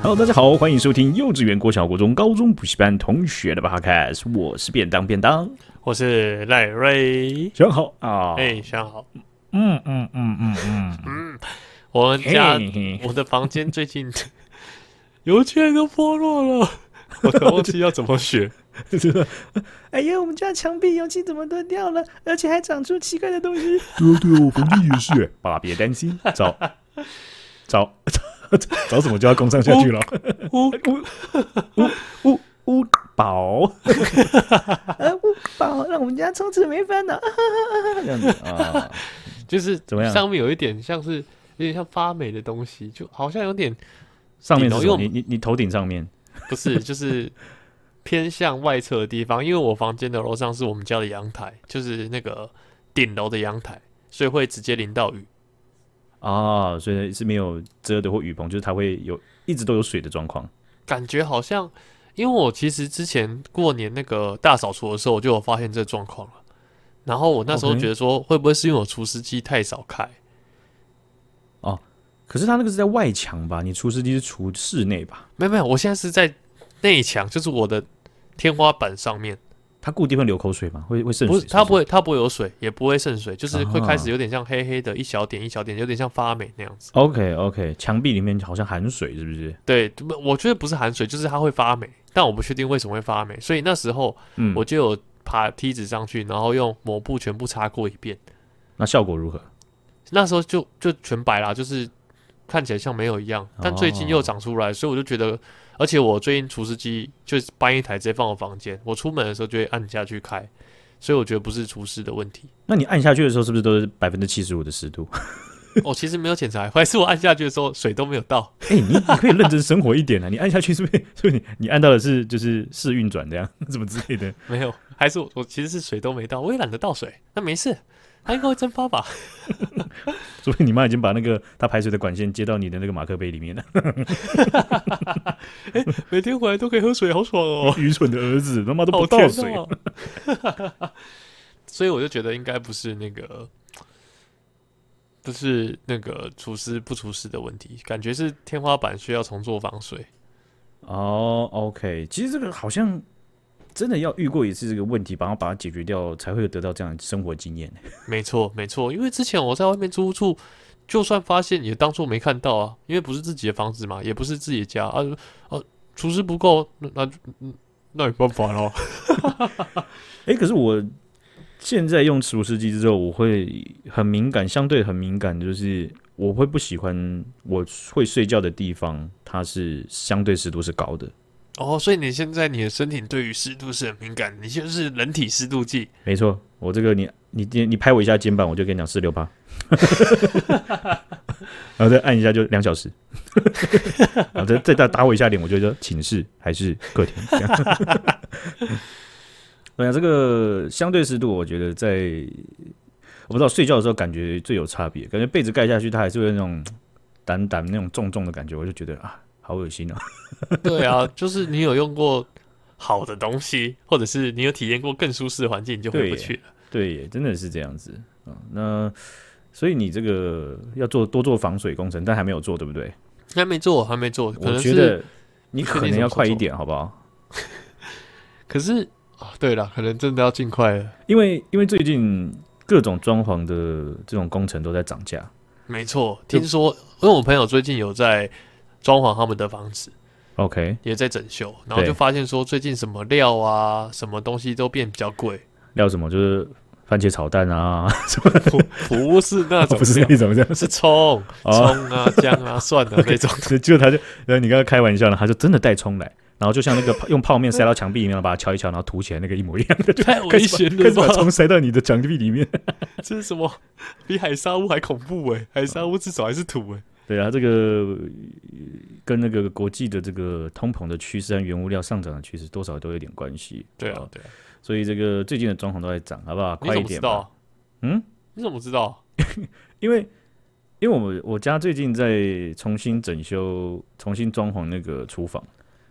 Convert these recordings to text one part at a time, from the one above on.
Hello， 大家好，欢迎收听幼稚园、国小、国中、高中补习班同学的 Podcast， 我是便当， 我是赖瑞， 想好啊， 想好， 嗯， 我们家嘿嘿我的房间最近油漆都剥落了，我都忘记要怎么学。 哎呀，我们家墙壁油漆怎么都掉了，而且还长出奇怪的东西。对我房间也是。爸，别担心，找什么就要攻上下去了。屋宝，屋宝，让我们家从此没烦恼。这样子啊， 就是怎么样？ 上面有一点像是有点像发霉的东西，就好像有点上面是什么？你头顶上面不是，就是偏向外侧的地方，因为我房间的楼上是我们家的阳台，就是那个顶楼的阳台，所以会直接淋到雨。 啊，所以是没有遮的或雨棚，就是它会一直都有水的状况。 感觉好像，因为我其实之前过年那个大扫除的时候，我就有发现这状况了。然后我那时候觉得说，会不会是因为我除湿机太少开？ 哦，可是它那个是在外墙吧？你除湿机是除室内吧？ 没有，我现在是在内墙，就是我的天花板上面。 它固定会流口水吗？会渗水不是， 是它不会有水，也不会渗水，就是会开始有点像黑黑的，一小点一小点，有点像发霉那样子。 OK， 墙壁里面好像含水，是不是？ 对，我觉得不是含水，就是它会发霉，但我不确定为什么会发霉。所以那时候我就有爬梯子上去，然后用抹布全部擦过一遍。 那效果如何？ 那时候就全白啦，就是看起来像没有一样。但最近又长出来，所以我就觉得。而且我最近除湿机就是搬一台直接放我房间，我出门的时候就会按下去开，所以我觉得不是除湿的问题。 那你按下去的时候是不是都是75%的湿度？ 我其实没有检查，还是我按下去的时候水都没有到。 你可以认真生活一点啊！你按下去是不是你按到的是就是试运转这样什么之类的？ 没有，还是我其实是水都没到，我也懒得倒水，那没事。它应该会蒸发吧？ 所以你妈已经把那个她排水的管线接到你的那个马克杯里面了。 每天回来都可以喝水，好爽哦！ 愚蠢的儿子，他妈都不倒水。 所以我就觉得应该不是那个除湿不除湿的问题，感觉是天花板需要重做防水。 哦 ，OK， 其实这个好像真的要遇过一次这个问题，把它解决掉，才会得到这样的生活经验。 没错，因为之前我在外面租屋处，就算发现也当作没看到啊，因为不是自己的房子嘛，也不是自己的家啊，除湿不够，那没办法咯。 可是我现在用除湿机之后，我会很敏感，相对很敏感，就是我会不喜欢我会睡觉的地方，它是相对湿度是高的。 哦，所以你现在你的身体对于湿度是很敏感，你就是人体湿度计。 没错，我这个你拍我一下肩膀，我就跟你讲468，然后再按一下就2小时，然后再打我一下脸，我就说寝室还是客厅。对啊，这个相对湿度，我觉得我不知道睡觉的时候感觉最有差别，感觉被子盖下去，它还是会有那种掸那种重重的感觉，我就觉得啊。好恶心哦！ 对啊，就是你有用过好的东西，或者是你有体验过更舒适的环境，你就回不去了。 对耶，真的是这样子啊。那所以你这个要多做防水工程，但还没有做，对不对？ 还没做。 我觉得你可能要快一点，好不好？ 可是对啦，可能真的要尽快了， 因为最近各种装潢的这种工程都在涨价。 没错，听说因为我朋友最近有在装潢他们的房子 ，OK， 也在整修，然后就发现说最近什么料啊，什么东西都变比较贵。 料什么就是番茄炒蛋啊，什么不是那种， 不是那种， 是葱啊、姜啊、蒜啊那种。 就他就你刚刚开玩笑了，他就真的带葱来，然后就像那个用泡面塞到墙壁里面，把它敲一敲，然后涂起来那个一模一样的， 太危险了吧！ 开始把葱塞到你的墙壁里面。 这是什么？比海沙屋还恐怖哎！海沙屋至少还是土哎。 对啊，这个跟那个国际的这个通膨的趋势和原物料上涨的趋势多少都有点关系。 对啊， 所以这个最近的装潢都在涨，好不好？快一点吧。 你怎么知道？ 因为我家最近在重新整修、重新装潢那个厨房。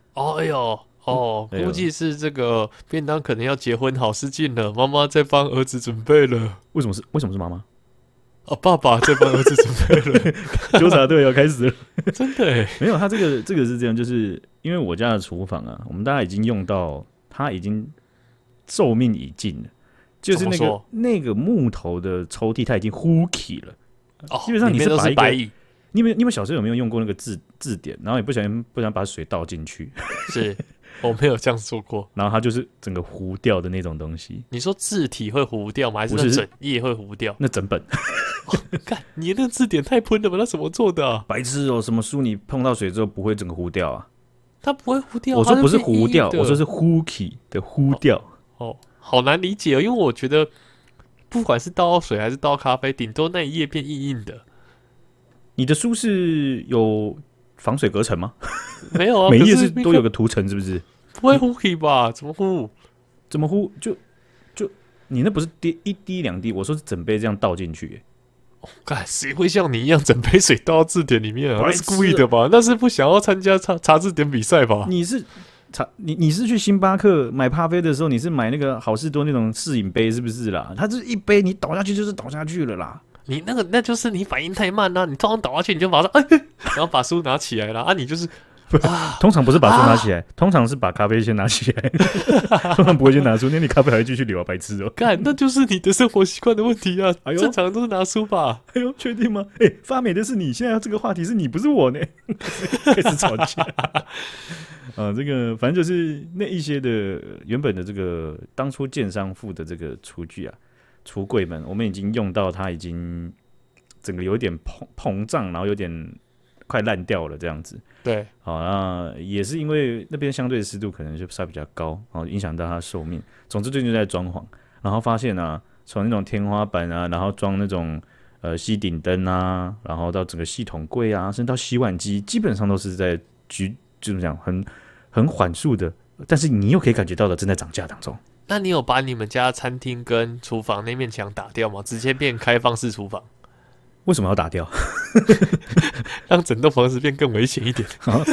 估计是这个便当可能要结婚好事近了，妈妈在帮儿子准备了。 为什么是妈妈？ 哦，爸爸在帮儿子准备了， 纠察队要开始了。 真的哎， 没有，他这个是这样，就是因为我家的厨房啊，我们大家已经用到，它已经寿命已尽了，就是那个木头的抽屉，它已经呼起了。 哦， 基本上你是把一个白蚁， 你们小时候有没有用过那个字典，然后也不小心把水倒进去， 是我没有这样做过。 然后它就是整个糊掉的那种东西。 你说字体会糊掉吗？还是那整页会糊掉？ 那整本。 看你那字典太喷了吧？那怎么做的啊？ 白痴哦！什么书你碰到水之后不会整个糊掉啊？ 它不会糊掉。 我说不是糊掉，我说是呼起的糊掉。 哦，好难理解哦，因为我觉得不管是倒水还是倒咖啡，顶多那一页变硬硬的。 你的书是有防水隔层吗？ 没有啊， 每一页是都有个涂层，是不是？ 不会糊起吧？怎么糊？ 怎么糊？就你那不是一滴两滴，我说是整杯这样倒进去。 干，谁会像你一样整杯水倒到字典里面啊？那是故意的吧？那是不想要参加查字典比赛吧？ 你是去星巴克买咖啡的时候，你是买那个好事多那种试饮杯是不是啦？它就是一杯，你倒下去就是倒下去了啦。 你那就是你反应太慢啦、你突然倒下去你就马上然后把书拿起来了啊！你就是通常不是把书拿起来，通常是把咖啡先拿起来，通常不会先拿书，那你咖啡还会继续流啊，白痴哦！ 干，那就是你的生活习惯的问题啊！正常人都是拿书吧？ 哎呦，确定吗？发霉的是你，现在这个话题是你，不是我呢，开始吵架。这个反正就是那一些的原本的这个当初建商付的这个厨具啊，橱柜们，我们已经用到它已经整个有点膨胀，然后有点快烂掉了这样子。 对， 好，那也是因为那边相对的湿度可能就稍微比较高，影响到它的寿命。总之最近就在装潢，然后发现啊，从那种天花板啊，然后装那种吸顶灯啊，然后到整个系统柜啊，甚至到洗碗机，基本上都是在怎么讲，很缓速的，但是你又可以感觉到的正在涨价当中。 那你有把你们家餐厅跟厨房那面墙打掉吗？直接变开放式厨房？ 为什么要打掉？ 让整栋房子变更危险一点。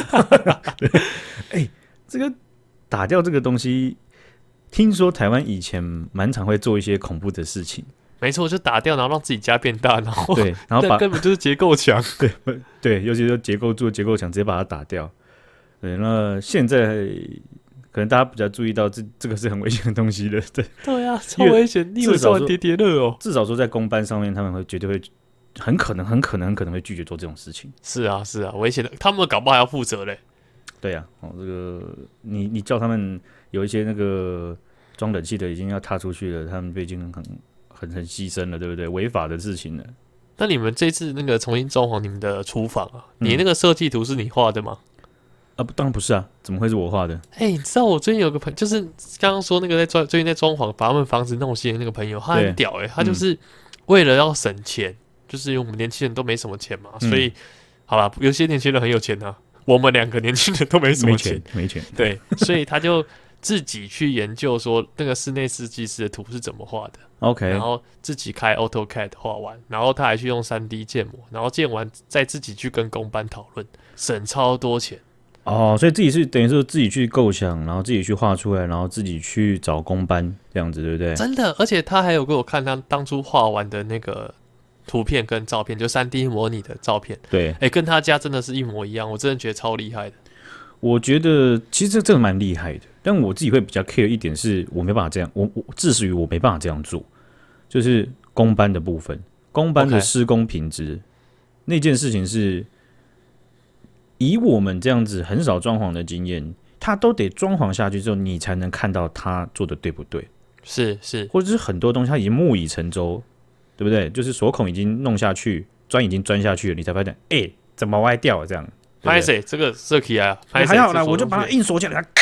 这个打掉这个东西，听说台湾以前蛮常会做一些恐怖的事情。 没错，就打掉，然后让自己家变大，然后对，然后根本就是结构墙。 对，尤其是结构墙，直接把它打掉。对，那现在可能大家比较注意到这个是很危险的东西的。 对啊，超危险！你以为是玩叠叠乐哦？ 至少说在公班上面，他们绝对会很可能会拒绝做这种事情。 是啊，危险的，他们搞不好还要负责嘞。 对啊，这个你叫他们有一些那个装冷气的已经要踏出去了，他们已经很牺牲了，对不对？违法的事情了。 那你们这次那个重新装潢你们的厨房啊，你那个设计图是你画的吗？ 当然不是啊，怎么会是我画的？ 你知道我最近有个朋友，就是刚刚说那个最近在装潢把他们房子弄新的那个朋友，他很屌他就是为了要省钱，就是因为我们年轻人都没什么钱嘛，所以好啦，有些年轻人很有钱啊，我们两个年轻人都没什么钱， 没钱， 对，所以他就自己去研究说那个室内设计师的图是怎么画的 ，OK， 然后自己开 AutoCAD 画完，然后他还去用3D 建模，然后建完再自己去跟工班讨论，省超多钱。 所以自己是等于说自己去构想，然后自己去画出来，然后自己去找工班这样子，对不对？ 真的，而且他还有给我看他当初画完的那个图片跟照片，就3D 模拟的照片。 对， 跟他家真的是一模一样，我真的觉得超厉害的。 我觉得其实这真的蛮厉害的，但我自己会比较 care 一点是，我没办法这样，我至于我没办法这样做，就是工班的部分，工班的施工品质那件事情是。以我们这样子很少装潢的经验，他都得装潢下去之后，你才能看到他做的对不对。 是， 或者是很多东西他已经木已成舟，对不对？就是锁孔已经弄下去，砖已经钻下去了，你才发现，怎么歪掉了这样？ 拍谁？这个设计啊， 还好啦，我就把它硬锁起来，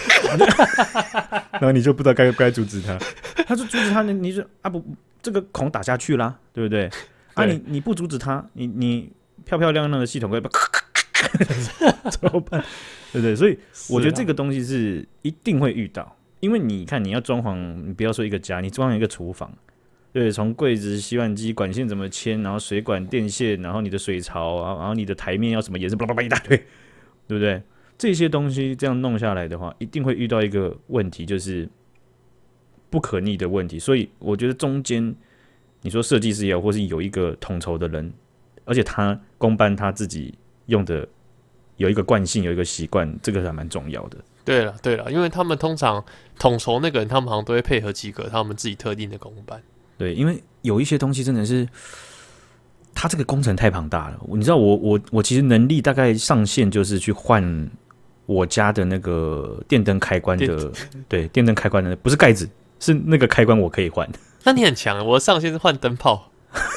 然后你就不知道该阻止他，他就阻止他，你就不，这个孔打下去啦，对不对？你不阻止他，你漂漂亮亮的系统会怎么办？对不对？所以我觉得这个东西是一定会遇到，因为你看你要装潢，你不要说一个家，你装潢一个厨房，对，从柜子、洗碗机、管线怎么牵，然后水管、电线，然后你的水槽，然后你的台面要什么颜色，巴拉巴拉一大堆，对不对？这些东西这样弄下来的话，一定会遇到一个问题，就是不可逆的问题。所以我觉得中间你说设计师也好，或是有一个统筹的人，而且他公班他自己用的有一个惯性，有一个习惯，这个还蛮重要的。 对了，因为他们通常统筹那个人，他们好像都会配合几个他们自己特定的工班。 对，因为有一些东西真的是，它这个工程太庞大了。你知道我其实能力大概上限就是去换我家的那个电灯开关的，对，电灯开关的不是盖子，是那个开关我可以换。 那你很强，我的上限是换灯泡。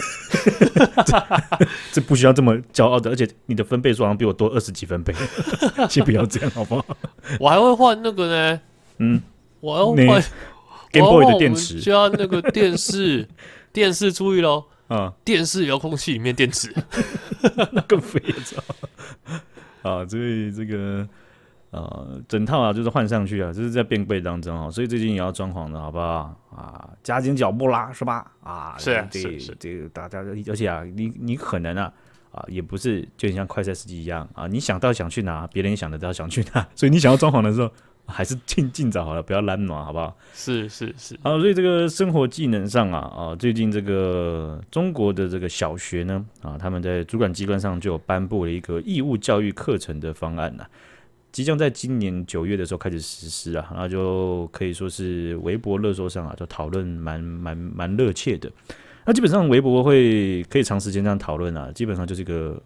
这不需要这么骄傲的，而且你的分贝数好像比我多20几分贝，先不要这样好不好？ 我还会换那个呢，我要换 Game Boy 的电池， 加那个电视，电视注意咯，电视遥控器里面电池， 那更废了，所以这个整套啊就是换上去啊，这是在变贵当中所以最近也要装潢的好不好加紧脚步啦，是吧？ 是这个大家，而且你可能也不是就很像快赛司机一样你想到想去哪，别人也想得到想去哪，所以你想要装潢的时候，还是尽早好了，不要懒惰，好不好？ 是好，所以这个生活技能上最近这个中国的这个小学呢他们在主管机关上就有颁布了一个义务教育课程的方案即将在今年9月的时候开始实施然后就可以说是微博热搜上就讨论蛮热切的。那基本上微博可以长时间这样讨论基本上就是一个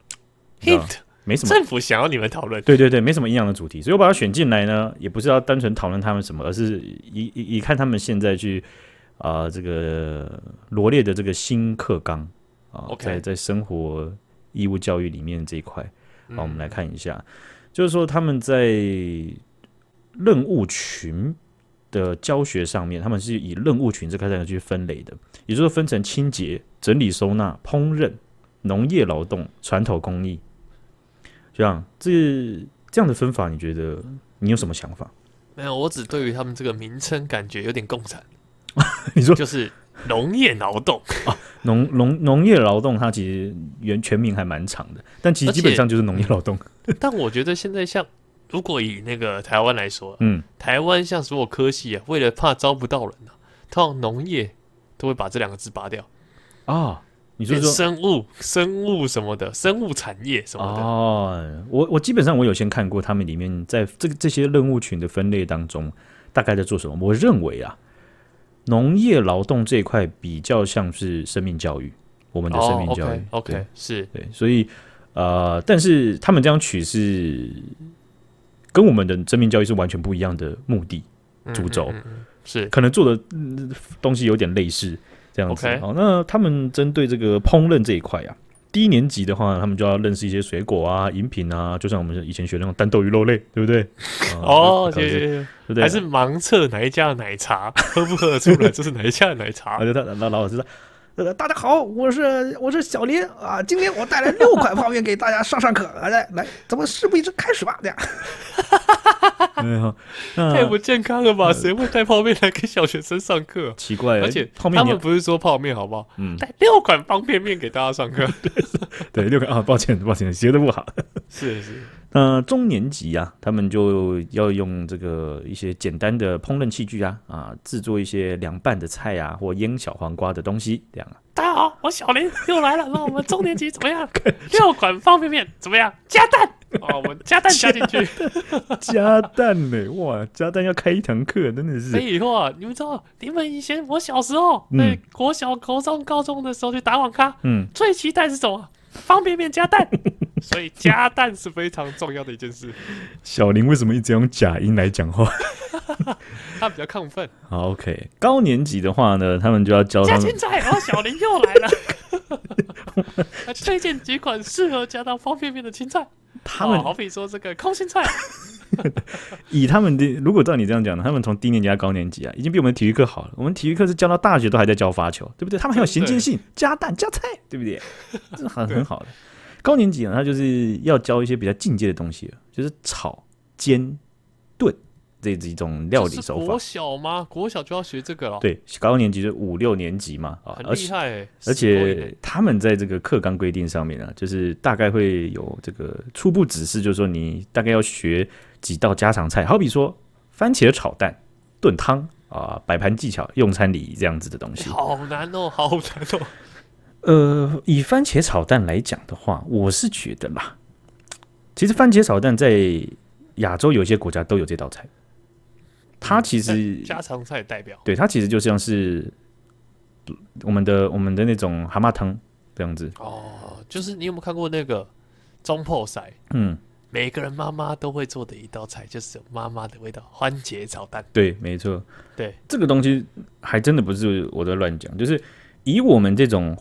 hint， 没什么政府想要你们讨论， 对，没什么营养的主题，所以我把它选进来呢，也不是要单纯讨论他们什么，而是以看他们现在去这个罗列的这个新课纲在生活义务教育里面这一块我们来看一下。就是说他们在任务群的教学上面，他们是以任务群这个去分类的，也就是分成清洁、整理收纳、烹饪、农业劳动、传统工艺，这样的分法，你觉得你有什么想法？ 没有，我只对于他们这个名称感觉有点共产。 你说就是农业劳动农业劳动，它其实全名还蛮长的，但其实基本上就是农业劳动。 但我觉得现在像如果以那个台湾来说，台湾像所有科系为了怕招不到人通常农业都会把这2个字拔掉你说生物什么的，生物产业什么的我基本上我有先看过他们里面在这些任务群的分类当中大概在做什么。我认为农业劳动这一块比较像是生命教育，我们的生命教育 OK 是对，所以但是他们这样取是跟我们的生命教育是完全不一样的目的主轴， 是可能做的东西有点类似这样子。那他们针对这个烹饪这一块低年级的话，他们就要认识一些水果饮品就像我们以前学那种蛋豆鱼肉类，对不对？ 对不对？还是盲测哪一家的奶茶喝不喝得出来这是哪一家的奶茶？ 老师说。大家好，我是小林今天我带来6款泡面给大家上课来，咱们事不宜迟，开始吧。这样， 太不健康了吧？谁会带泡面来给小学生上课？ 奇怪， 而且他们不是说泡面好不好？带6款方便面给大家上课。 对，6款抱歉，学得不好。 是。 中年级他们就要用这个一些简单的烹饪器具制作一些凉拌的菜或腌小黄瓜的东西，这样大家好，我小林又来了。那我们中年级怎么样？6款方便面怎么样？加蛋我们加蛋加进去。 加蛋呢？哇，加蛋要开1堂课，真的是。 废话，你们知道，你们以前我小时候，国小、国中、高中的时候去打网咖，最期待是什么？方便面加蛋。所以加蛋是非常重要的一件事。 小林为什么一直用假音来讲话？ 他比较亢奋。 好 ，OK。高年级的话呢，他们就要教他们加青菜。小林又来了。推荐几款适合加到方便面的青菜。他们好比说这个空心菜。 以他们的，如果照你这样讲他们从低年级到高年级已经比我们体育课好了。我们体育课是教到大学都还在教发球，对不对？他们还有衔接性，加蛋加菜，对不对？这很好的。高年级他就是要教一些比较进阶的东西，就是炒、煎、炖这几种料理手法。 国小吗？国小就要学这个了？ 对，高年级就5、6年级嘛， 很厉害而且他们在这个课纲规定上面就是大概会有这个初步指示，就是说你大概要学几道家常菜，好比说番茄炒蛋、炖汤摆盘技巧、用餐礼仪这样子的东西。 好难哦，好难哦。 以番茄炒蛋来讲的话，我是觉得啦，其实番茄炒蛋在亚洲有一些国家都有这道菜，它其实家常菜代表， 对它其实就像是我们的那种蛤蟆汤这样子。 哦，就是你有没有看过那个中破塞？每个人妈妈都会做的一道菜，就是有妈妈的味道，番茄炒蛋。 对，没错， 对， 这个东西还真的不是我在乱讲，就是以我们这种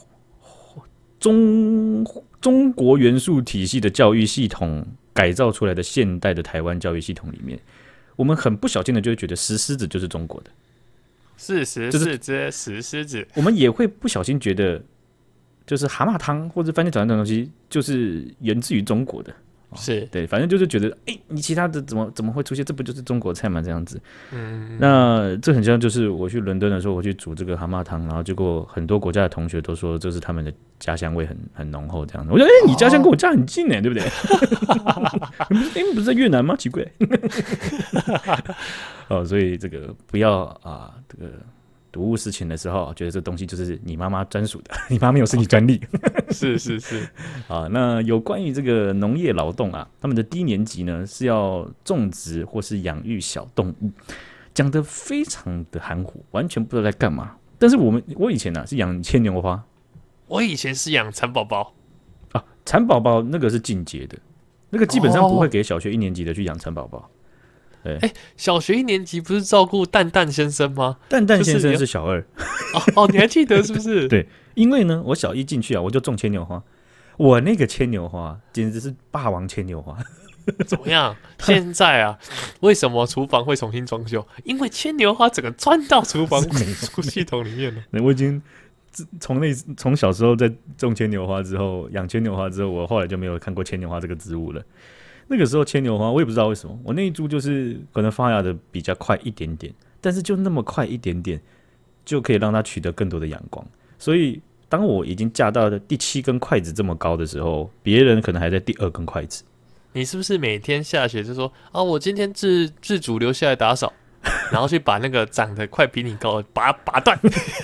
中国元素体系的教育系统改造出来的现代的台湾教育系统里面，我们很不小心的就会觉得石狮子就是中国的， 是石狮子，石狮子。我们也会不小心觉得，就是蛤蟆汤或者番茄炒蛋这种东西，就是源自于中国的。 是对，反正就是觉得，你其他的怎么会出现？这不就是中国菜吗？这样子，那这很像就是我去伦敦的时候，我去煮这个蛤蟆汤，然后结果很多国家的同学都说这是他们的家乡味很浓厚，这样子。我觉得，你家乡跟我家很近对不对？你不是在越南吗？奇怪。所以这个不要这个睹物思情的时候，觉得这东西就是你妈妈专属的，你妈没有申请专利。 是那有关于这个农业劳动他们的低年级呢是要种植或是养育小动物，讲得非常的含糊，完全不知道在干嘛。但是我以前是养牵牛花， 我以前是养蚕宝宝蚕宝宝那个是进阶的，那个基本上不会给小学1年级的去养蚕宝宝。 小学1年级不是照顾蛋蛋先生吗？ 蛋蛋先生是小2。 你还记得是不是？ 对，因为呢，我小1进去我就种牵牛花，我那个牵牛花简直是霸王牵牛花。 怎么样？现在为什么厨房会重新装修？因为牵牛花整个钻到厨房系统里面了。 我已经从小时候在种牵牛花之后，养牵牛花之后，我后来就没有看过牵牛花这个植物了。那个时候牵牛花，我也不知道为什么，我那一株就是可能发芽的比较快一点点，但是就那么快一点点，就可以让它取得更多的阳光。所以当我已经架到第7根筷子这么高的时候，别人可能还在第2根筷子。 你是不是每天下学就说我今天自主留下来打扫，然后去把那个长得快比你高的把它拔断？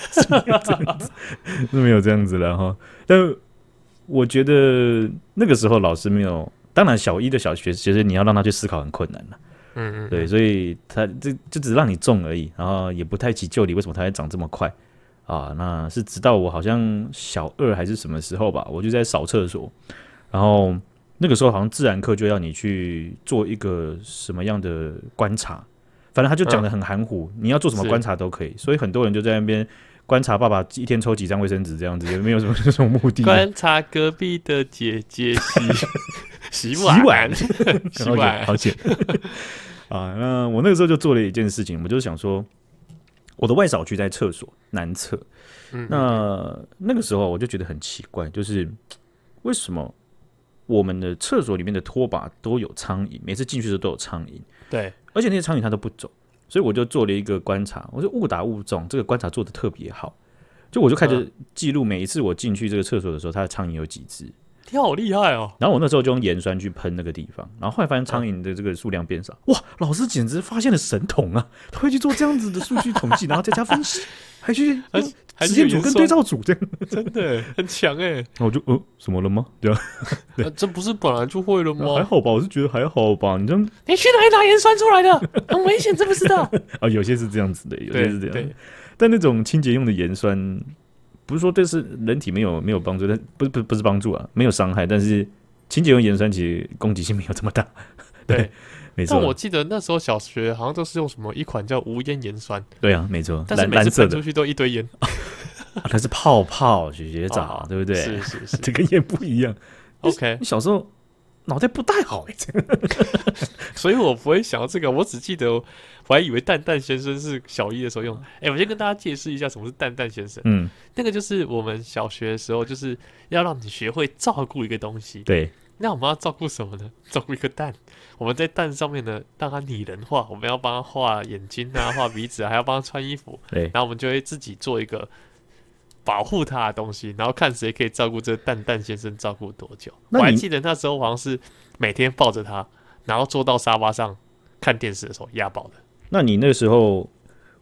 是没有这样子了哈。但我觉得那个时候老师没有。当然，小1的小学生你要让他去思考很困难了，对，所以他就只让你种而已，然后也不太起就理为什么它会长这么快那是直到我好像小2还是什么时候吧，我就在扫厕所，然后那个时候好像自然课就要你去做一个什么样的观察，反正他就讲得很含糊，你要做什么观察都可以，所以很多人就在那边观察爸爸一天抽几张卫生纸这样子，也没有什么目的。 观察隔壁的姐姐洗碗， 好险那我那个时候就做了一件事情，我就是想说，我的外扫区在厕所南侧，那个时候我就觉得很奇怪，就是为什么我们的厕所里面的拖把都有苍蝇，每次进去的时候都有苍蝇， 对， 而且那些苍蝇它都不走。所以我就做了一个观察，我就误打误撞，这个观察做得特别好。就我就开始记录每一次我进去这个厕所的时候，它的苍蝇有几只。 你好厉害哦！ 然后我那时候就用盐酸去喷那个地方，然后后来发现苍蝇的这个数量变少。哇，老师简直发现了神童啊！他会去做这样子的数据统计，然后再加分析，还去实验组跟对照组这样， 真的很强哎！ 我就什么了吗？对啊， 这不是本来就会了吗？ 还好吧，我是觉得还好吧。你去哪里拿盐酸出来的？很危险，知不知道？ 有些是这样子的，有些是这样的。但那种清洁用的盐酸，不是说这是人体没有帮助，但不是帮助没有伤害，但是清洁用盐酸其实攻击性没有这么大。对，没错。 但我记得那时候小学好像都是用什么一款叫无烟盐酸。 对啊，没错。 但是每次喷出去都一堆烟。 它是泡泡学长，对不对？ 是， 这跟烟不一样。 OK， 你小时候脑袋不太好所以我不会想到这个，我只记得我还以为蛋蛋先生是小1的时候用。我先跟大家解释一下什么是蛋蛋先生。那个就是我们小学的时候，就是要让你学会照顾一个东西。 对， 那我们要照顾什么呢？照顾一个蛋。我们在蛋上面呢，让它拟人化，我们要帮它画眼睛画鼻子还要帮它穿衣服。 对， 然后我们就会自己做一个保护它的东西，然后看谁可以照顾这个蛋蛋先生照顾多久。我还记得那时候好像是每天抱着它，然后坐到沙发上看电视的时候压爆的。 那你那时候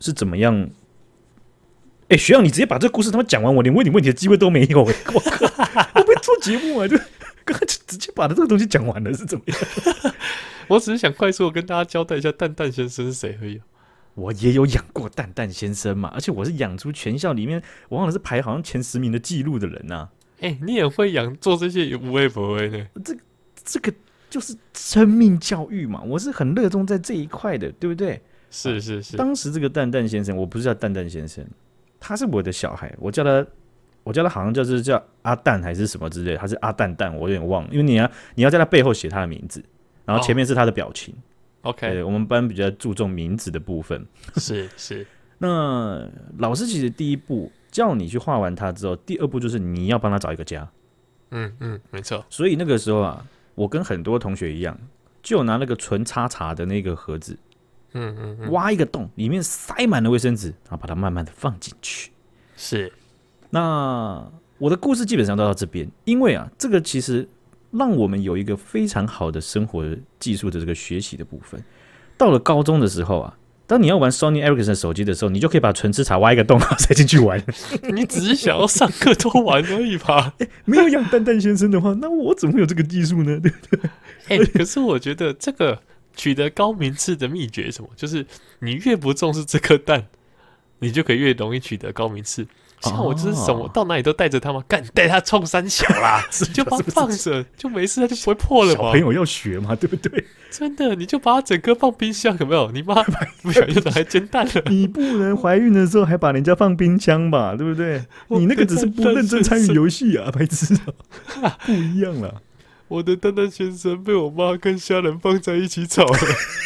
是怎么样？学长，你直接把这个故事他妈讲完，我连问你问题的机会都没有我靠！我不会做节目啊，就刚刚直接把这个东西讲完了，是怎么样？ 我只是想快速的跟大家交代一下蛋蛋先生是谁而已。 我也有养过蛋蛋先生嘛，而且我是养出全校里面我忘了是排好像前10名的记录的人啊。 你也会做这些无为不为呢？ 这个就是生命教育嘛，我是很热衷在这一块的，对不对？ 是。 当时这个蛋蛋先生，我不是叫蛋蛋先生，他是我的小孩，我叫他好像叫阿蛋还是什么之类的，他是阿蛋蛋，我有点忘了，因为你要在他背后写他的名字，然后前面是他的表情。 OK， 我们班比较注重名字的部分。 是。 那老师其实第一步叫你去画完它之后，第二步就是你要帮他找一个家。 没错。 所以那个时候啊，我跟很多同学一样，就拿那个纯叉叉的那个盒子，挖一个洞，里面塞满了卫生纸，然后把它慢慢的放进去。 是。 那我的故事基本上都到这边，因为啊，这个其实让我们有一个非常好的生活技术的这个学习的部分。到了高中的时候啊，当你要玩 Sony Ericsson 手机的时候，你就可以把纯吃茶挖一个洞塞进去玩。 你只是想要上课多玩而已吧？ 没有养蛋蛋先生的话，那我怎么会有这个技术呢？对不对？可是我觉得这个取得高名次的秘诀是什么？就是你越不重视这颗蛋，你就可以越容易取得高名次。像我就是什么到哪里都带着它嘛，干带它冲三小啦，就把它放着，就没事，它就不会破了嘛。 小朋友要学嘛，对不对？ 真的，你就把它整颗放冰箱，有没有？你妈不小心拿来煎蛋了。 你不能怀孕的时候还把人家放冰箱吧，对不对？你那个只是不认真参与游戏啊，白痴啊，不一样啦。 我的蛋蛋先生被我妈跟虾仁放在一起炒了。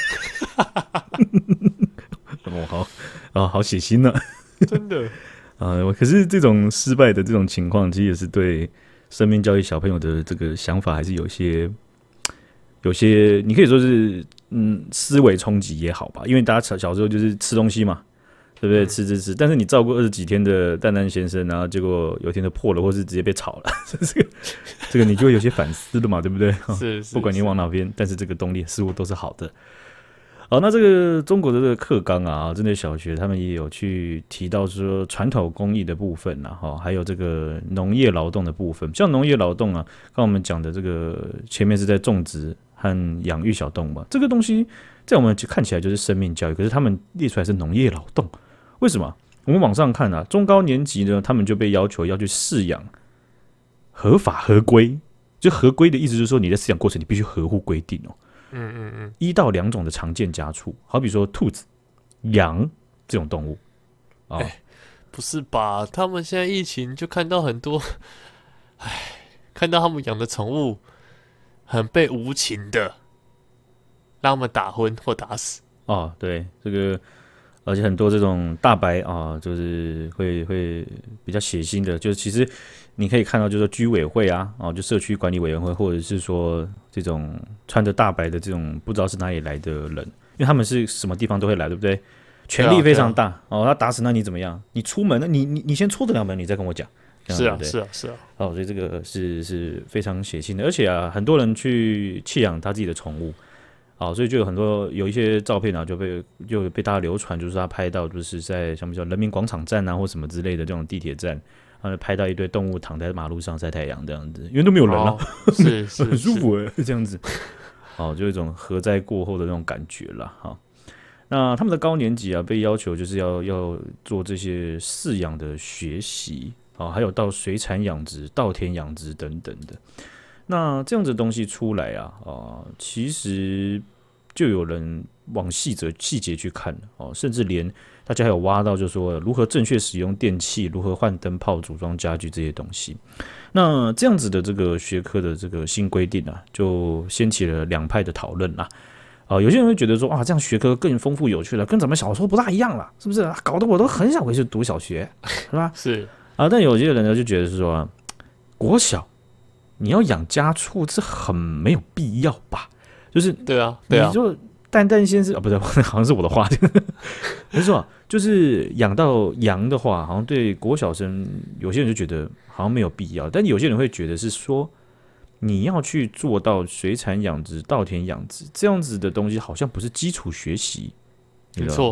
好血腥啊！ 真的。 可是这种失败的这种情况，其实也是对生命教育小朋友的这个想法，还是有些，你可以说是思维冲击也好吧。因为大家小时候就是吃东西嘛，对不对？吃，但是你照顾20几天的蛋蛋先生，然后结果有一天就破了，或是直接被炒了，这个你就会有些反思了嘛，对不对？ 是， 不管你往哪边，但是这个动力似乎都是好的。好，那这个中国的这个课纲啊，真的小学他们也有去提到说传统工艺的部分啊，还有这个农业劳动的部分。像农业劳动啊，刚我们讲的这个前面是在种植和养育小动物嘛，这个东西在我们看起来就是生命教育，可是他们列出来是农业劳动，为什么？我们往上看啊，中高年级呢，他们就被要求要去饲养合法合规，就合规的意思就是说你在饲养过程你必须合乎规定哦。1到2种的常见家畜，好比说兔子、羊这种动物。 不是吧？他们现在疫情就看到很多，看到他们养的宠物很被无情的让他们打昏或打死。 对，这个而且很多这种大白啊，就是会比较血腥的，就是其实你可以看到，就是说居委会啊，就社区管理委员会，或者是说这种穿着大白的这种不知道是哪里来的人，因为他们是什么地方都会来，对不对？权力非常大他打死那你怎么样？你出门，你先出得了门，你再跟我讲。 是啊。 所以这个是非常血腥的，而且啊，很多人去弃养他自己的宠物。所以就有一些照片啊，就被大家流传，就是他拍到就是在像人民广场站啊或什么之类的这种地铁站，拍到一堆动物躺在马路上晒太阳这样子，因为都没有人了， 是很舒服这样子。就有一种核灾过后的那种感觉啦。那他们的高年级啊，被要求就是要做这些饲养的学习还有到水产养殖、稻田养殖等等的。那这样子的东西出来其实就有人往细节去看甚至连大家还有挖到，就是说如何正确使用电器，如何换灯泡、组装家具这些东西。那这样子的这个学科的这个新规定啊，就掀起了2派的讨论啦。有些人会觉得说这样学科更丰富有趣了，跟咱们小时候不大一样了，是不是？搞得我都很想回去读小学，是吧？ 是但有些人呢就觉得是说国小你要养家畜，这很没有必要吧？就是对啊， 你就蛋蛋先生不对，好像是我的话，没错，就是养到羊的话，好像对国小生有些人就觉得好像没有必要，但有些人会觉得是说你要去做到水产养殖、稻田养殖这样子的东西，好像不是基础学习， 没错。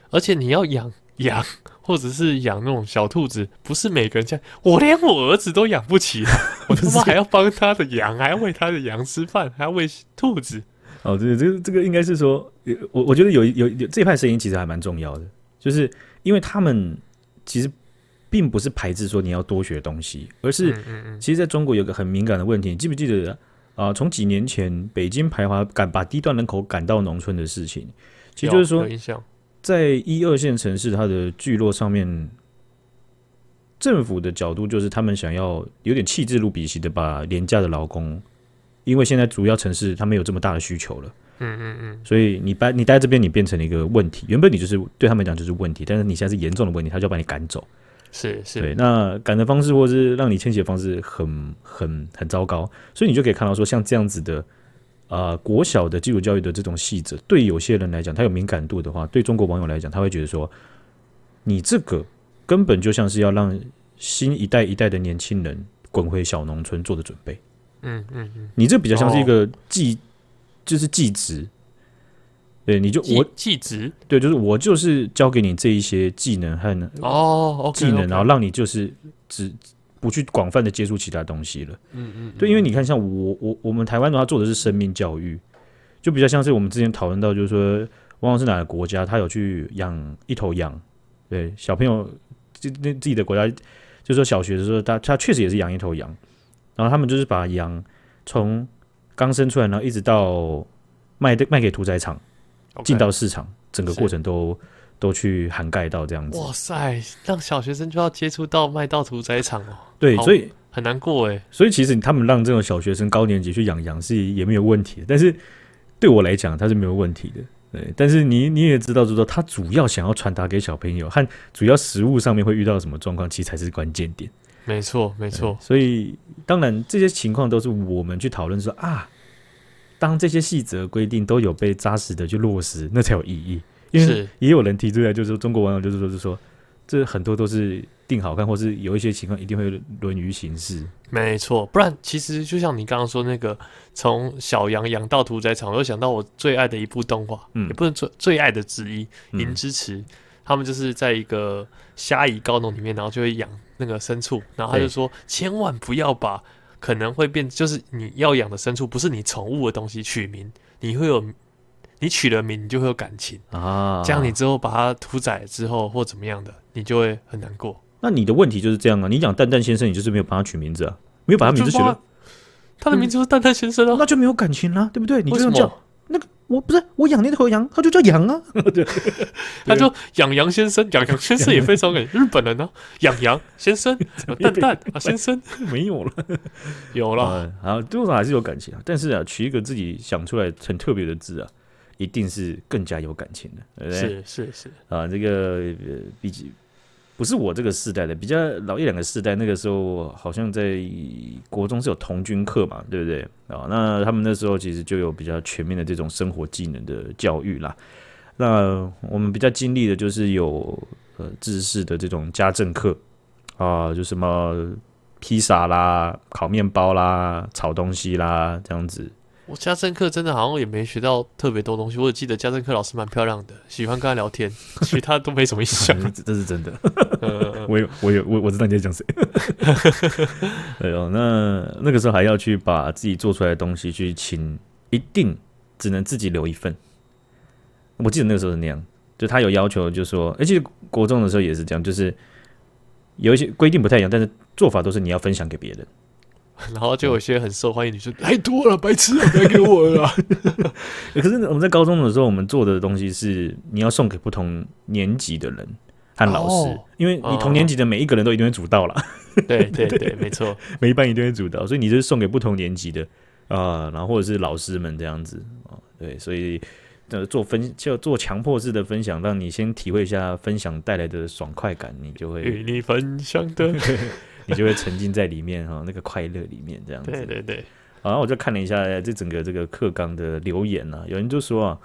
而且你要养羊，或者是养那种小兔子，不是每个人家，我连我儿子都养不起来，我他妈还要帮他的羊，还要喂他的羊吃饭，还要喂兔子。 哦，这个应该是说，我觉得有这一派声音其实还蛮重要的，就是因为他们其实并不是排斥说你要多学东西，而是其实在中国有个很敏感的问题，你记不记得从几年前北京排华把低端人口赶到农村的事情，其实就是说有印象， 在1、2线城市它的聚落上面，政府的角度就是他们想要有点弃之如敝屣的把廉价的劳工，因为现在主要城市它没有这么大的需求了，所以你待这边你变成了一个问题，原本你就是对他们讲就是问题，但是你现在是严重的问题，他就要把你赶走。 是对，那赶的方式或是让你迁徙的方式很糟糕，所以你就可以看到说，像这样子的国小的基础教育的这种细则，对有些人来讲，他有敏感度的话，对中国网友来讲，他会觉得说，你这个根本就像是要让新一代一代的年轻人滚回小农村做的准备。你这比较像是一个就是技职。对，你就技职， 对，就是我就是教给你这一些技能和技能，然后让你就是不去广泛的接触其他东西了。对，因为你看，像我们台湾的话做的是生命教育，就比较像是我们之前讨论到，就是说，往往是哪个国家，他有去养一头羊，对，小朋友自己的国家，就是说小学的时候，他确实也是养一头羊，然后他们就是把羊从刚生出来，然后一直到卖给屠宰场。进到市场，整个过程都去涵盖到这样子。 哇塞，让小学生就要接触到卖到屠宰场哦。 对，所以很难过哎。 所以其实他们让这种小学生高年级去养羊是也没有问题的，但是对我来讲，它是没有问题的。对，但是你也知道，就是说他主要想要传达给小朋友和主要实务上面会遇到什么状况，其实才是关键点。 没错，没错。 所以当然这些情况都是我们去讨论说当这些细则规定都有被扎实的去落实，那才有意义。因为也有人提出来，就是说中国网友就是说，这很多都是定好看，或是有一些情况一定会沦于形式。 没错，不然其实就像你刚刚说那个，从小羊养到屠宰场，我又想到我最爱的一部动画，也不能最爱的之一，《银之匙》。他们就是在一个虾夷高农里面，然后就会养那个牲畜，然后他就说，千万不要把可能会变，就是你要养的牲畜不是你宠物的东西取名，你取了名，你就会有感情啊。这样你之后把它屠宰之后或怎么样的，你就会很难过。 那你的问题就是这样啊？你养蛋蛋先生，你就是没有帮他取名字啊，没有把他名字取了， 他的名字就是蛋蛋先生啊， 那就没有感情啦，对不对？你就这样叫那个。我养那头羊，他就叫羊啊， 他就养羊先生，养羊先生也非常给日本人啊，养羊先生，蛋蛋啊先生没有了， 有了， 好，多少还是有感情啊，但是取一个自己想出来很特别的字啊，一定是更加有感情的，对不对？ 是这个不是我这个世代的，比较老1、2个世代，那个时候好像在国中是有童军课嘛，对不对？那他们那时候其实就有比较全面的这种生活技能的教育啦。那我们比较经历的就是有制式的这种家政课就什么披萨啦、烤面包啦、炒东西啦这样子。 我家政课真的好像也没学到特别多东西，我只记得家政课老师蛮漂亮的，喜欢跟他聊天，其他都没什么印象。 这是真的，我知道你在讲谁。对哦，那个时候还要去把自己做出来的东西去请，一定只能自己留一份。我记得那个时候是那样，就他有要求，就说，其实国中的时候也是这样，就是有一些规定不太一样，但是做法都是你要分享给别人。 然后就有些很受欢迎女生，太多了，白痴啊，不要给我了。 可是我们在高中的时候，我们做的东西是你要送给不同年级的人和老师，因为你同年级的每一个人都一定会煮到啦。 对，没错， 每一班一定会煮到，所以你就是送给不同年级的然后或者是老师们这样子对，所以做强迫式的分享，让你先体会一下分享带来的爽快感，你就会与你分享的。 你就会沉浸在里面那个快乐里面这样子。 对。 然后我就看了一下这整个这个课纲的留言有人就说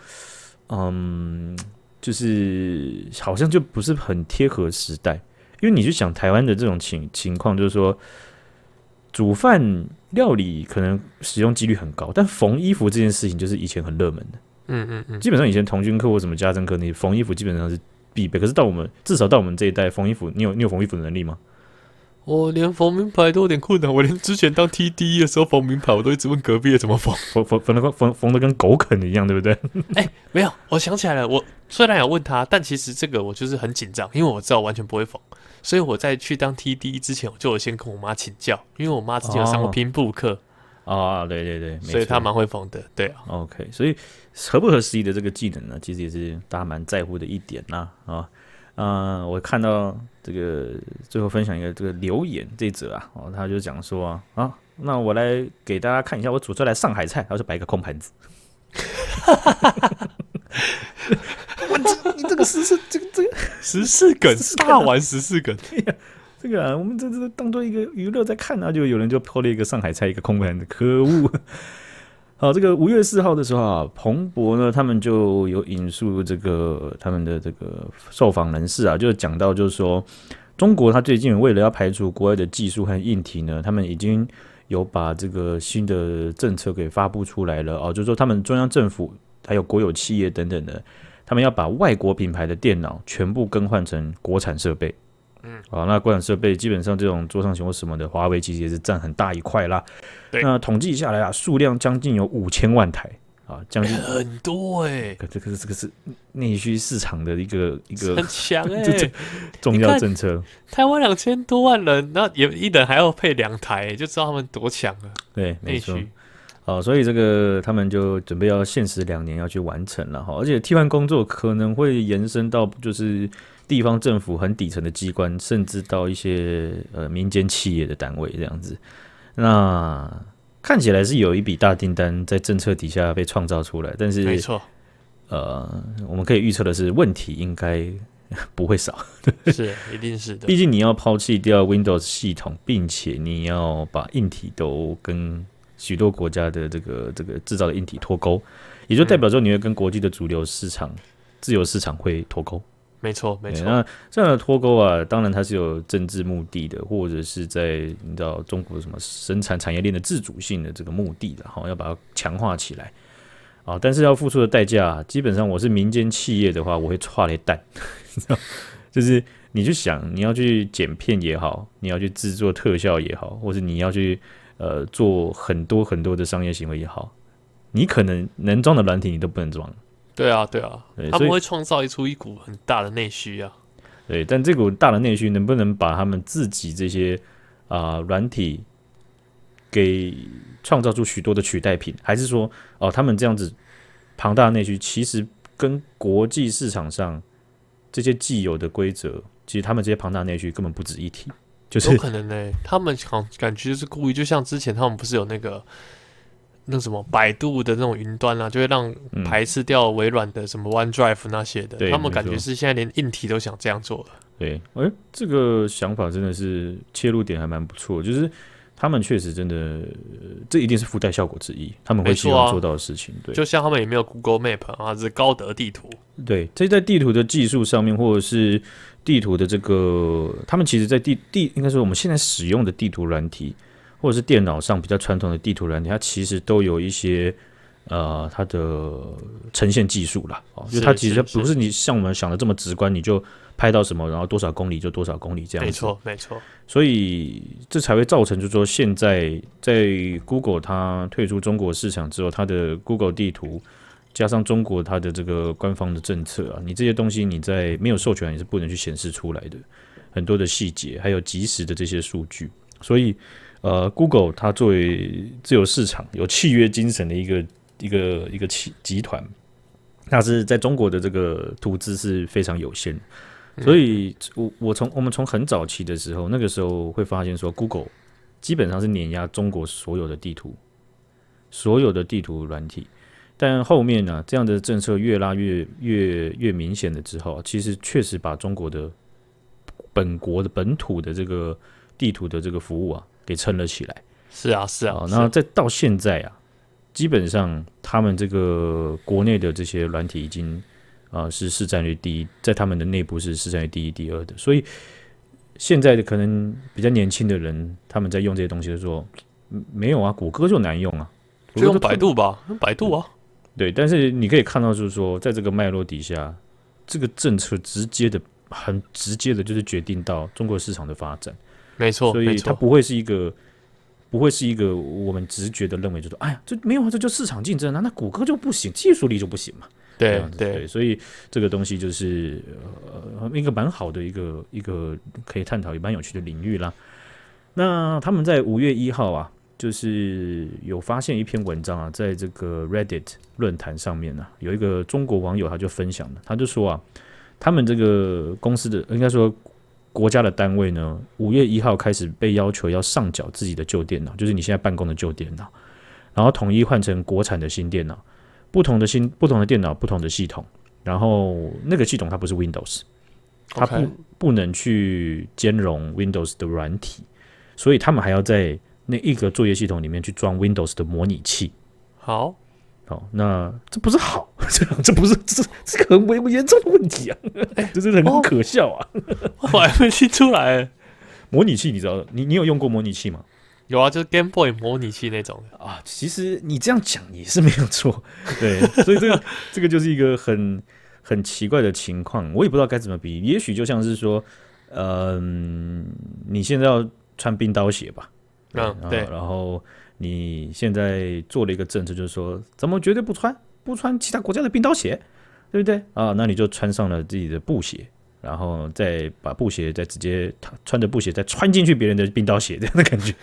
就是好像就不是很贴合时代，因为你去想台湾的这种情况，就是说煮饭料理可能使用几率很高，但缝衣服这件事情就是以前很热门的。基本上以前童军课或什么家政课，你缝衣服基本上是必备。可是至少到我们这一代缝衣服，你有缝衣服的能力吗？ 我连缝名牌都有点困难，我连之前当 TD 的时候缝名牌，我都一直问隔壁的怎么缝， 缝的跟狗啃一样，对不对？ 没有，我想起来了，我虽然有问他，但其实这个我就是很紧张，因为我知道我完全不会缝，所以我在去当 TD 之前，我就有先跟我妈请教，因为我妈之前有上过拼布课。 对， 所以他蛮会缝的，对啊。 OK， 所以合不合时宜的这个技能呢，其实也是大家蛮在乎的一点啦我看到这个最后分享一个这个留言这一则他就讲说那我来给大家看一下我煮出来上海菜，然后就摆一个空盘子。你这个时事梗， 大玩时事梗。 这个我们这当做一个娱乐在看就有人就 po 了一个上海菜一个空盘子，可恶！好，这个5月4号的时候彭博呢，他们就有引述这个他们的这个受访人士就讲到，就是说中国它最近为了要排除国外的技术和硬体呢，他们已经有把这个新的政策给发布出来了就是说他们中央政府还有国有企业等等的，他们要把外国品牌的电脑全部更换成国产设备。那国产设备基本上这种桌上型或什么的，华为其实也是占很大一块啦。那统计下来数量将近有5000万台将近很多这个是内需市场的一个很强重要政策。 台湾2000多万人，那一人还要配2台，就知道他们多强了。 对，没错。所以这个他们就准备要限时2年要去完成了而且替换工作可能会延伸到就是地方政府很底层的机关，甚至到一些民间企业的单位这样子。那看起来是有一笔大订单在政策底下被创造出来，但是没错， 我们可以预测的是问题应该不会少， 是一定是的。 毕竟你要抛弃掉 Windows 系统，并且你要把硬体都跟许多国家的这个制造的硬体脱钩，也就代表说你会跟国际的主流市场、自由市场会脱钩。 没错。 那这样的脱钩当然它是有政治目的的，或者是在你知道中国什么生产产业链的自主性的这个目的的，要把它强化起来但是要付出的代价，基本上我是民间企业的话，我会踹雷蛋，就是你去想，你要去剪片也好，你要去制作特效也好，或是你要去做很多很多的商业行为也好，你可能能装的软体你都不能装。 对啊，他们会创造出一股很大的内需对，但这股大的内需能不能把他们自己这些软体给创造出许多的取代品，还是说他们这样子庞大的内需其实跟国际市场上这些既有的规则，其实他们这些庞大的内需根本不值一提。就是有可能他们感觉就是故意，就像之前他们不是有那什么百度的那种云端就会让排斥掉微软的什么 OneDrive 那些的，他们感觉是现在连硬体都想这样做了。 对，这个想法真的是切入点还蛮不错，就是他们确实真的，这一定是附带效果之一，他们会希望做到的事情。对， 就像他们也没有 Google Map 是高德地图。 对，这在地图的技术上面，或者是地图的这个，他们其实在应该说我们现在使用的地图软体，或者是电脑上比较传统的地图软体，它其实都有一些它的呈现技术啦，就它其实不是你像我们想的这么直观，你就拍到什么，然后多少公里就多少公里这样子。 没错。 所以这才会造成，就是说现在在 Google 它退出中国市场之后，它的 Google 地图加上中国它的这个官方的政策你这些东西你在没有授权你是不能去显示出来的，很多的细节还有即时的这些数据。所以Google 它作为自由市场有契约精神的一个集团，它是在中国的这个图资是非常有限的。所以我们从很早期的时候，那个时候会发现说 Google 基本上是碾压中国所有的地图软体。但后面这样的政策越拉越明显了之后，其实确实把中国的本土的这个地图的这个服务给撑了起来。 是啊。 那再到现在基本上他们这个国内的这些软体已经是市占率第一，在他们的内部是市占率第一、第二的。所以现在的可能比较年轻的人，他们在用这些东西的时候，没有谷歌就难用就用百度吧，用百度对，但是你可以看到，就是说，在这个脉络底下， 这个政策很直接的，就是决定到中国市场的发展。 没错， 所以它不会是一个我们直觉的认为，就说哎呀，这没有啊，这就市场竞争啊，那谷歌就不行，技术力就不行嘛。对，所以这个东西就是一个蛮好的一个可以探讨也蛮有趣的领域啦。那他们在5月1号啊，就是有发现一篇文章啊，在这个 Reddit 论坛上面啊，有一个中国网友他就分享了，他就说啊，他们这个公司的应该说国家的单位呢，5月1号开始被要求要上缴自己的旧电脑，就是你现在办公的旧电脑，然后统一换成国产的新电脑，不同的电脑，不同的系统，然后那个系统它不是 Windows， 它不能去兼容 Windows 的软体，所以他们还要在那一个作业系统里面去装 Windows 的模拟器。 好， 那这不是好，这不是这个很严重的问题啊，这真的很可笑啊！ 我还没听出来。 模拟器你知道，你有用过模拟器吗？ 有啊，就是 Game Boy 模拟器那种的啊。其实你这样讲也是没有错，对，所以这个就是一个很奇怪的情况，我也不知道该怎么比。也许就像是说，你现在要穿冰刀鞋吧， 对， 然后你现在做了一个政策，就是说咱们绝对不穿其他国家的冰刀鞋，对不对啊？那你就穿上了自己的布鞋，然后再把布鞋再直接穿着布鞋再穿进去别人的冰刀鞋，这样的感觉。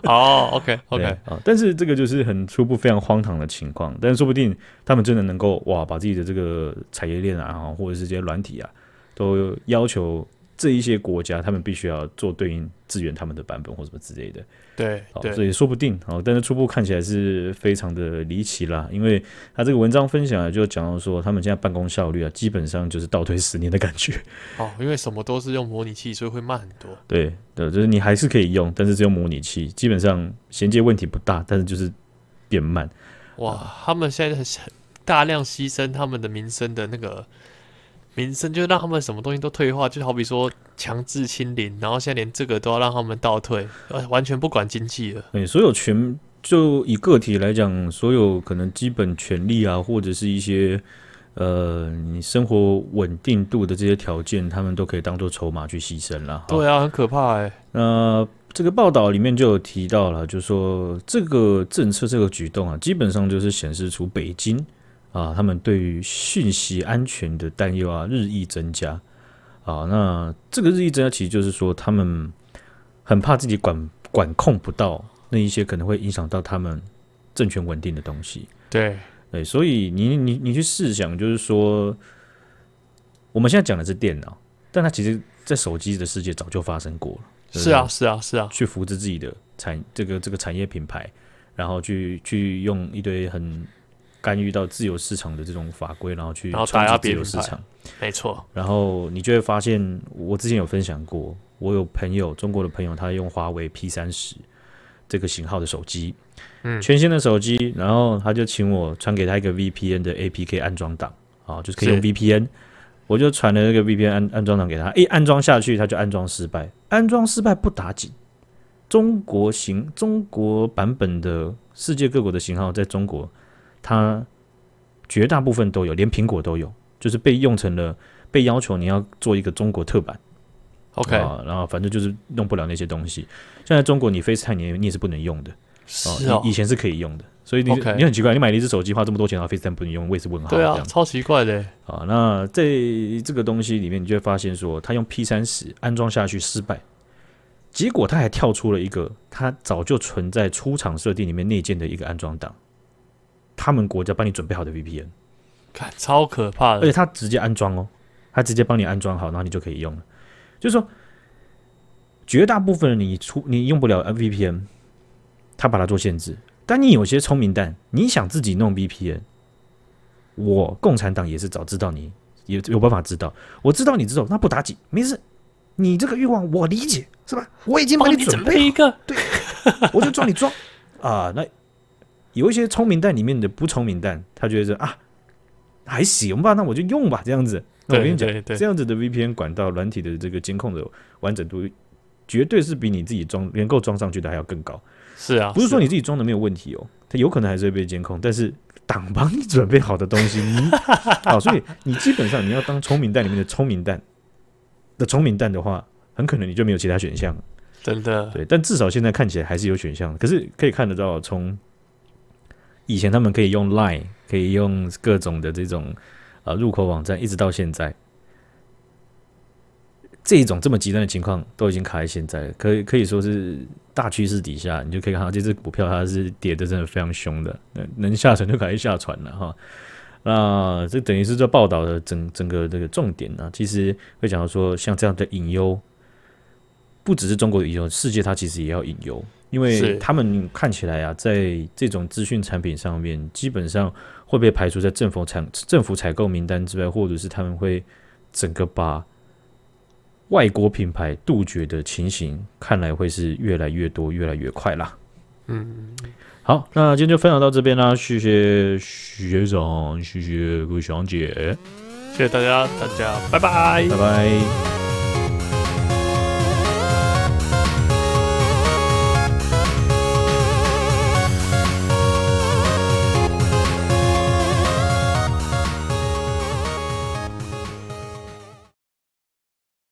OK 但是这个就是很初步非常荒唐的情况，但是说不定他们真的能够把自己的这个产业链啊，或者是这些软体啊，都要求这一些国家他们必须要做对应支援他们的版本或什么之类的。 对， 所以说不定但是初步看起来是非常的离奇啦，因为他这个文章分享就讲到说，他们现在办公效率啊，基本上就是倒退10年的感觉。 因为什么都是用模拟器，所以会慢很多。 对，就是你还是可以用，但是只有模拟器，基本上衔接问题不大，但是就是变慢。 他们现在很大量牺牲他们的民生的那个民生，就让他们什么东西都退化，就好比说强制清零，然后现在连这个都要让他们倒退，完全不管经济了。 对，所有就以个体来讲，所有可能基本权利啊，或者是一些你生活稳定度的这些条件，他们都可以当做筹码去牺牲啦。 对啊，很可怕这个报道里面就有提到了，就是说这个政策这个举动啊，基本上就是显示出北京他们对于讯息安全的担忧啊日益增加那这个日益增加，其实就是说他们很怕自己管控不到那一些可能会影响到他们政权稳定的东西。 对， 所以你去试想，就是说我们现在讲的是电脑，但它其实在手机的世界早就发生过了。 是啊， 去扶持自己的这个产业品牌，然后去用一堆很干预到自由市场的这种法规，然后去打压自由市场。 没错。 然后你就会发现，我之前有分享过，我有中国的朋友，他用华为 P30这个型号的手机，全新的手机，然后他就请我传给他一个 VPN 的 APK 安装档就是可以用 VPN。我就传了那个 VPN 安装档给他，安装下去他就安装失败，不打紧。中国版本的世界各国的型号，在中国它绝大部分都有，连苹果都有，就是被要求你要做一个中国特版。 OK， 然后反正就是弄不了那些东西。现在中国你 FaceTime 你也是不能用的，以前是可以用的。所以你很奇怪，你买了一只手机花这么多钱，然后 FaceTime 不能用，我也是问号。 对啊，超奇怪的。 那在这个东西里面，你就会发现说，他用 P30安装下去失败，结果他还跳出了一个他早就存在出厂设定里面内建的一个安装档，他们国家帮你准备好的 VPN， 超可怕的。 而且他直接安装他直接帮你安装好，然后你就可以用了。就是说，绝大部分人你用不了 VPN， 他把它做限制。但你有些聪明蛋，你想自己弄 VPN， 我共产党也是早知道你也有办法知道，我知道你知道，那不打紧，没事，你这个欲望我理解，是吧？我已经帮你准备一个， 对，我就装你装那有一些聪明蛋里面的不聪明蛋，他觉得还行吧，那我就用吧，这样子。那我跟你讲，这样子的 VPN 管道软体的这个监控的完整度，绝对是比你自己能够装上去的还要更高。 是啊， 不是说你自己装的没有问题它有可能还是会被监控，但是党帮你准备好的东西，好，所以你基本上你要当聪明蛋里面的聪明蛋的话，很可能你就没有其他选项。 真的， 对，但至少现在看起来还是有选项。可是可以看得到，从以前他们可以用 Line， 可以用各种的这种入口网站，一直到现在，这一种这么极端的情况都已经卡在现在了，可以说是大趋势底下，你就可以看到这只股票它是跌的真的非常凶的，能下船就赶快下船了哈。那这等于是在报道的整个这个重点呢，其实会讲到说，像这样的隐忧，不只是中国的隐忧，世界它其实也要隐忧，因为他们看起来啊，在这种资讯产品上面，基本上会被排除在政府采购名单之外，或者是他们会整个把外国品牌杜绝的情形，看来会是越来越多、越来越快啦。好，那今天就分享到这边啦，谢谢学长，谢谢各位学长姐， 谢谢大家，拜拜， 拜拜。